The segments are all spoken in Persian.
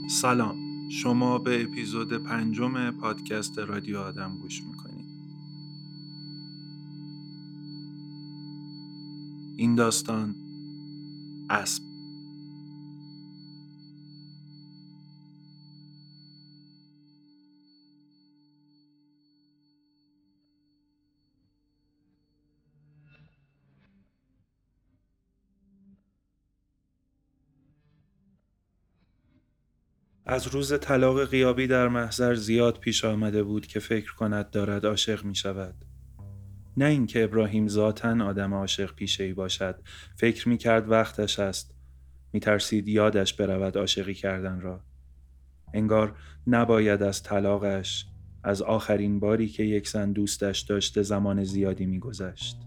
سلام، شما به اپیزود 5 پادکست رادیو آدم گوش میکنید. این داستان اسب. از روز طلاق غیابی در محضر زیاد پیش آمده بود که فکر کند دارد عاشق می شود. نه اینکه ابراهیم ذاتاً آدم عاشق پیشه‌ای باشد، فکر می کرد وقتش است. می ترسید یادش برود عاشقی کردن را. انگار نباید از طلاقش، از آخرین باری که یک زن دوستش داشته زمان زیادی می گذشت.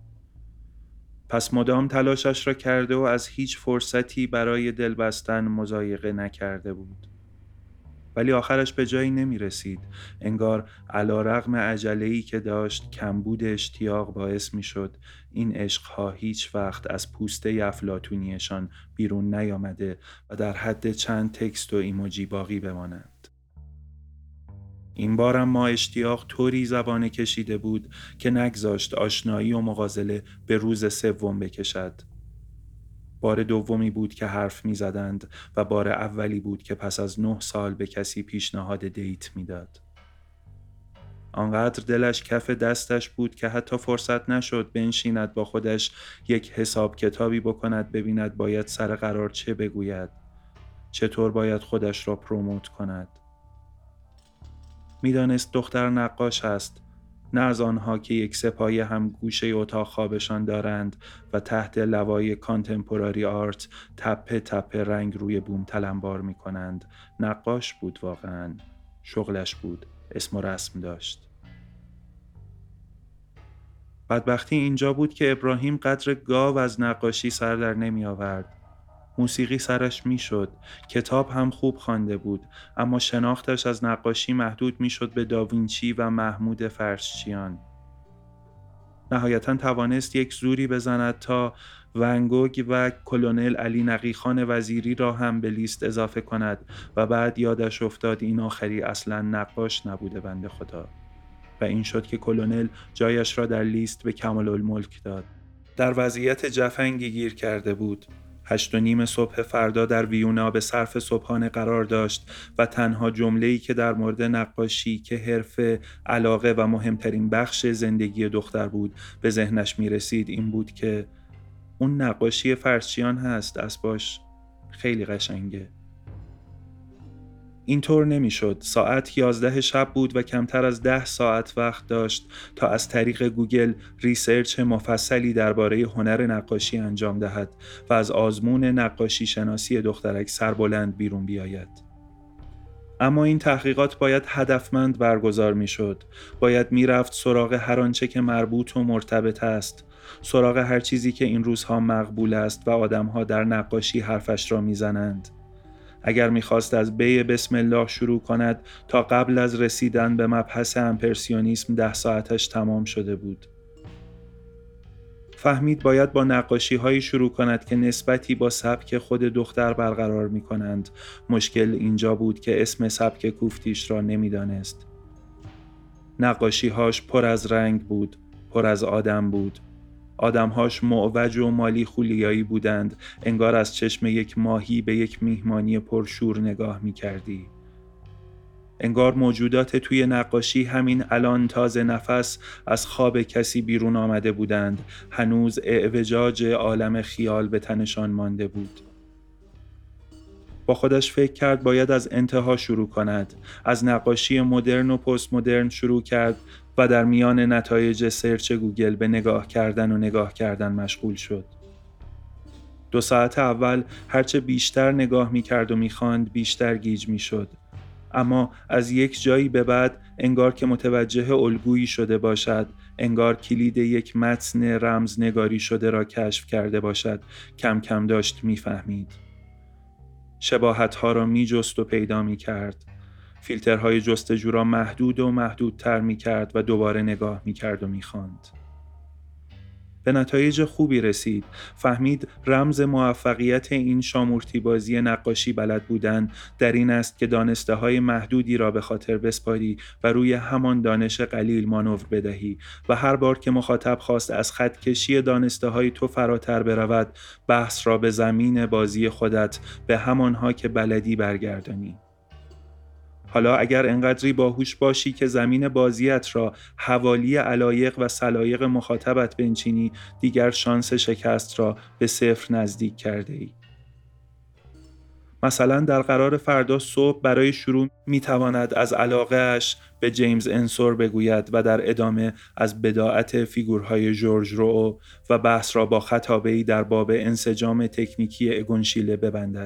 پس مدام تلاشش را کرده و از هیچ فرصتی برای دل بستن مضایقه نکرده بود. ولی آخرش به جایی نمی رسید. انگار علیرغم عجله‌ای که داشت، کمبود اشتیاق باعث می شد این عشقها هیچ وقت از پوسته افلاطونیشان بیرون نیامده و در حد چند تکست و ایموجی باقی بمانند. این بار اما اشتیاق طوری زبانه کشیده بود که نگذاشت آشنایی و مغازله به روز سوم بکشد. بار دومی بود که حرف می زدند و بار اولی بود که پس از 9 سال به کسی پیشنهاد دیت می داد. آنقدر دلش کف دستش بود که حتی فرصت نشد بنشیند با خودش یک حساب کتابی بکند ببیند باید سر قرار چه بگوید، چطور باید خودش را پروموت کند. میدانست دختر نقاش است، نه از آنها که یک سپایه هم گوشه اتاق خوابشان دارند و تحت لوای کانتمپوراری آرت تپه تپه رنگ روی بوم تلمبار می کنند. نقاش بود واقعاً. شغلش بود. اسم و رسم داشت. بدبختی اینجا بود که ابراهیم قدر گاو از نقاشی سر در نمی آورد. موسیقی سرش میشد، کتاب هم خوب خوانده بود، اما شناختش از نقاشی محدود میشد به داوینچی و محمود فرشچیان. نهایتاً توانست یک زوری بزند تا ونگوگ و کلونل علی نقیخان وزیری را هم به لیست اضافه کند و بعد یادش افتاد این آخری اصلاً نقاش نبوده بنده خدا. و این شد که کلونل جایش را در لیست به کمال‌الملک داد. در وضعیت جفنگی گیر کرده بود. 8:30 صبح فردا در ویونا به صرف صبحانه قرار داشت و تنها جمله‌ای که در مورد نقاشی که حرفه، علاقه و مهمترین بخش زندگی دختر بود به ذهنش می رسید این بود که اون نقاشی فرشچیان هست، اسباش خیلی قشنگه. اینطور نمیشد. ساعت 11 شب بود و کمتر از 10 ساعت وقت داشت تا از طریق گوگل ریسرچ مفصلی درباره هنر نقاشی انجام دهد و از آزمون نقاشی شناسی دخترک سربلند بیرون بیاید. اما این تحقیقات باید هدفمند برگزار میشد. باید میرفت سراغ هر آنچه که مربوط و مرتبط است، سراغ هر چیزی که این روزها مقبول است و آدمها در نقاشی حرفش را میزنند. اگر می‌خواست از بی بسم الله شروع کند تا قبل از رسیدن به مبحث امپرسیونیسم 10 ساعتش تمام شده بود. فهمید باید با نقاشی‌هایی شروع کند که نسبتی با سبک خود دختر برقرار می‌کنند. مشکل اینجا بود که اسم سبک کوفتیش را نمی‌دانست. نقاشی‌هاش پر از رنگ بود، پر از آدم بود. آدمهاش معوج و مالی خولیایی بودند، انگار از چشم یک ماهی به یک میهمانی پرشور نگاه می کردی. انگار موجودات توی نقاشی همین الان تازه نفس از خواب کسی بیرون آمده بودند، هنوز اعوجاج عالم خیال به تنشان مانده بود. با خودش فکر کرد باید از انتها شروع کند. از نقاشی مدرن و پست مدرن شروع کرد و در میان نتایج سرچ گوگل به نگاه کردن مشغول شد. 2 ساعت اول هرچه بیشتر نگاه می‌کرد و می‌خواند بیشتر گیج می‌شد. اما از یک جایی به بعد انگار که متوجه الگویی شده باشد، انگار کلید یک متن رمزنگاری شده را کشف کرده باشد، کم کم داشت می‌فهمید. شباهت‌ها را می‌جست و پیدا می‌کرد. فیلترهای جستجو را محدود و محدودتر می‌کرد و دوباره نگاه می‌کرد و می‌خواند. به نتایج خوبی رسید. فهمید رمز موفقیت این شامورتی بازی نقاشی بلد بودن در این است که دانسته های محدودی را به خاطر بسپاری و روی همان دانش قلیل مانور بدهی و هر بار که مخاطب خواست از خط کشی دانسته های تو فراتر برود، بحث را به زمین بازی خودت، به همانها که بلدی برگردانی. حالا اگر انقدری باهوش باشی که زمین بازیت را حوالی علایق و سلایق مخاطبت بنشینی، دیگر شانس شکست را به صفر نزدیک کرده ای. مثلا در قرار فردا صبح برای شروع میتواند از علاقه‌اش به جیمز انسور بگوید و در ادامه از بداعت فیگورهای ژورژ رو و بحث را با خطابه‌ای در باب انسجام تکنیکی اگونشیله ببندد.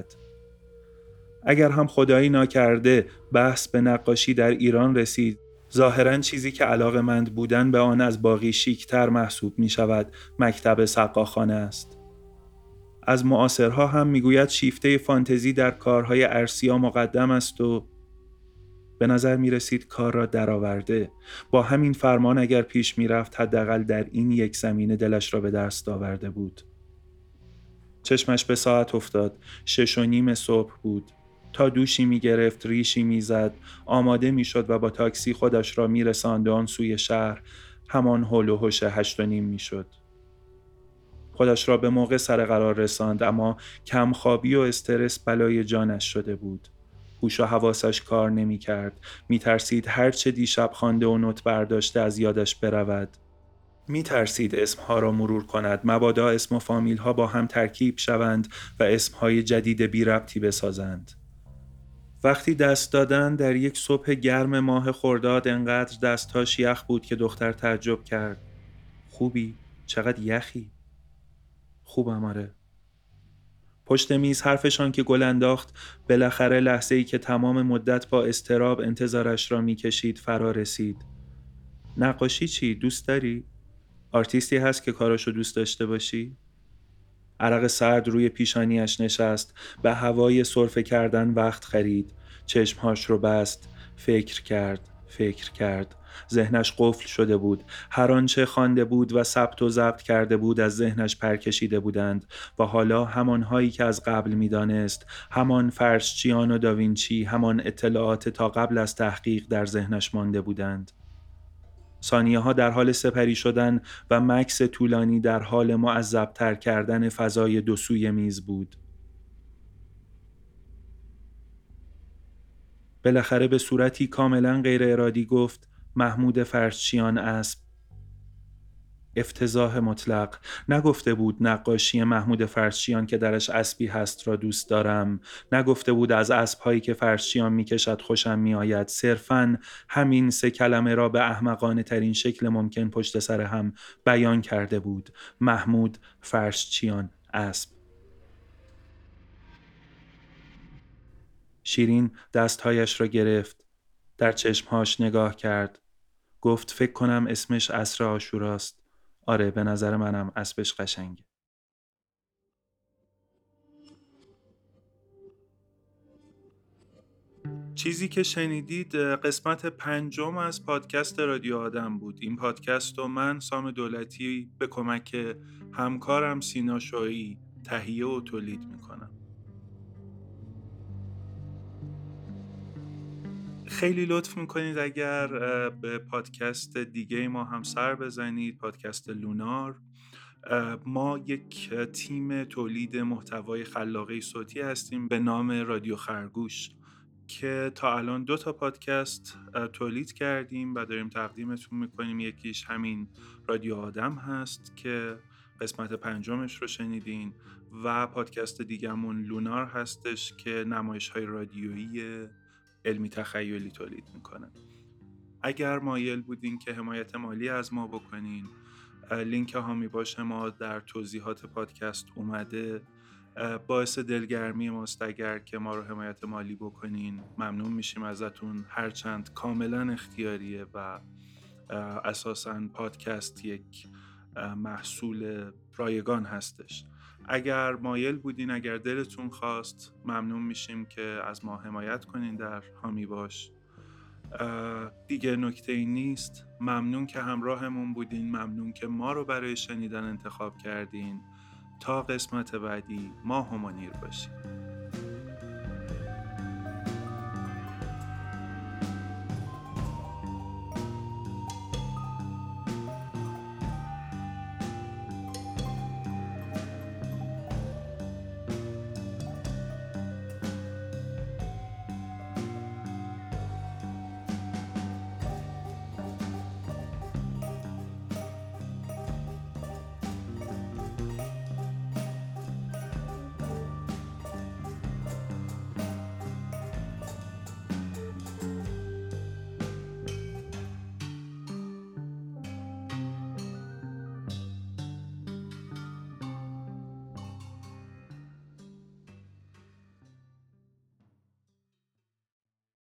اگر هم خدایی ناکرده بحث به نقاشی در ایران رسید، ظاهراً چیزی که علاقه‌مند بودن به آن از باقی شیک‌تر محسوب می شود، مکتب سقاخانه است. از معاصرها هم میگوید شیفته فانتزی در کارهای ارسیا مقدم است و به نظر می رسید کار را درآورده. با همین فرمان اگر پیش می رفت، حداقل در این یک زمینه دلش را به دست آورده بود. چشمش به ساعت افتاد. 6:30 صبح بود. تا دوشی می گرفت، ریشی می زد، آماده می شد و با تاکسی خودش را می رساند آن سوی شهر. همان هول و هوش 8:30 می شد. خودش را به موقع سر قرار رساند، اما کمخوابی و استرس بلای جانش شده بود. هوش و حواسش کار نمی کرد. می ترسید هرچه دیشب خوانده و نوت برداشته از یادش برود. می ترسید اسمها را مرور کند، مبادا اسم و فامیل ها با هم ترکیب شوند و اسمهای جدید بی ربطی بسازند. وقتی دست دادن در یک صبح گرم ماه خرداد، انقدر دستهاش یخ بود که دختر تعجب کرد. خوبی؟ چقدر یخی؟ خوبم آره. پشت میز حرفشان که گل انداخت، بالاخره لحظه‌ای که تمام مدت با اضطراب انتظارش را می‌کشید فرا رسید. نقاشی چی؟ دوست داری؟ آرتیستی هست که کاراشو دوست داشته باشی؟ عرق سرد روی پیشانیش نشست، به هوای سرفه کردن وقت خرید. چشمهاش رو بست، فکر کرد. ذهنش قفل شده بود. هر آنچه خوانده بود و ثبت و ضبط کرده بود از ذهنش پرکشیده بودند و حالا همانهایی که از قبل می‌دانست، همان فرشچیان و داوینچی، همان اطلاعات تا قبل از تحقیق در ذهنش مانده بودند. ثانیه‌ها در حال سپری شدن و مکث طولانی در حال معذب‌تر کردن فضای دو سوی میز بود. بالاخره به صورتی کاملا غیر ارادی گفت: محمود فرشچیان اسب. افتضاح مطلق. نگفته بود نقاشی محمود فرشچیان که درش اسبی هست را دوست دارم. نگفته بود از اسب‌هایی که فرشچیان می‌کشد خوشم می‌آید. صرفاً همین 3 کلمه را به احمقانه ترین شکل ممکن پشت سر هم بیان کرده بود. محمود فرشچیان اسب. شیرین دستهایش را گرفت. در چشمهاش نگاه کرد. گفت فکر کنم اسمش عصر عاشوراست. آره به نظر منم اسبش قشنگه. چیزی که شنیدید قسمت 5 از پادکست رادیو آدم بود. این پادکست رو من سام دولتی به کمک همکارم سینا شایی تهیه و تولید میکنم. خیلی لطف میکنید اگر به پادکست دیگه ما هم سر بزنید، پادکست لونار. ما یک تیم تولید محتوای خلاقه صوتی هستیم به نام رادیو خرگوش که تا الان 2 پادکست تولید کردیم و داریم تقدیمتون میکنیم. یکیش همین رادیو آدم هست که قسمت 5 رو شنیدین و پادکست دیگه‌مون لونار هستش که نمایش‌های رادیویی علمی تخیلی تولید میکنه. اگر مایل بودین که حمایت مالی از ما بکنین، لینک هامی باش ما در توضیحات پادکست اومده. باعث دلگرمی ماست اگر که ما رو حمایت مالی بکنین. ممنون میشیم ازتون، هرچند کاملا اختیاریه و اساساً پادکست یک محصول رایگان هستش. اگر مایل بودین، اگر دلتون خواست، ممنون میشیم که از ما حمایت کنین در هامی باش. دیگه نکته ای نیست. ممنون که همراهمون بودین، ممنون که ما رو برای شنیدن انتخاب کردین. تا قسمت بعدی ماه و منیر باشین.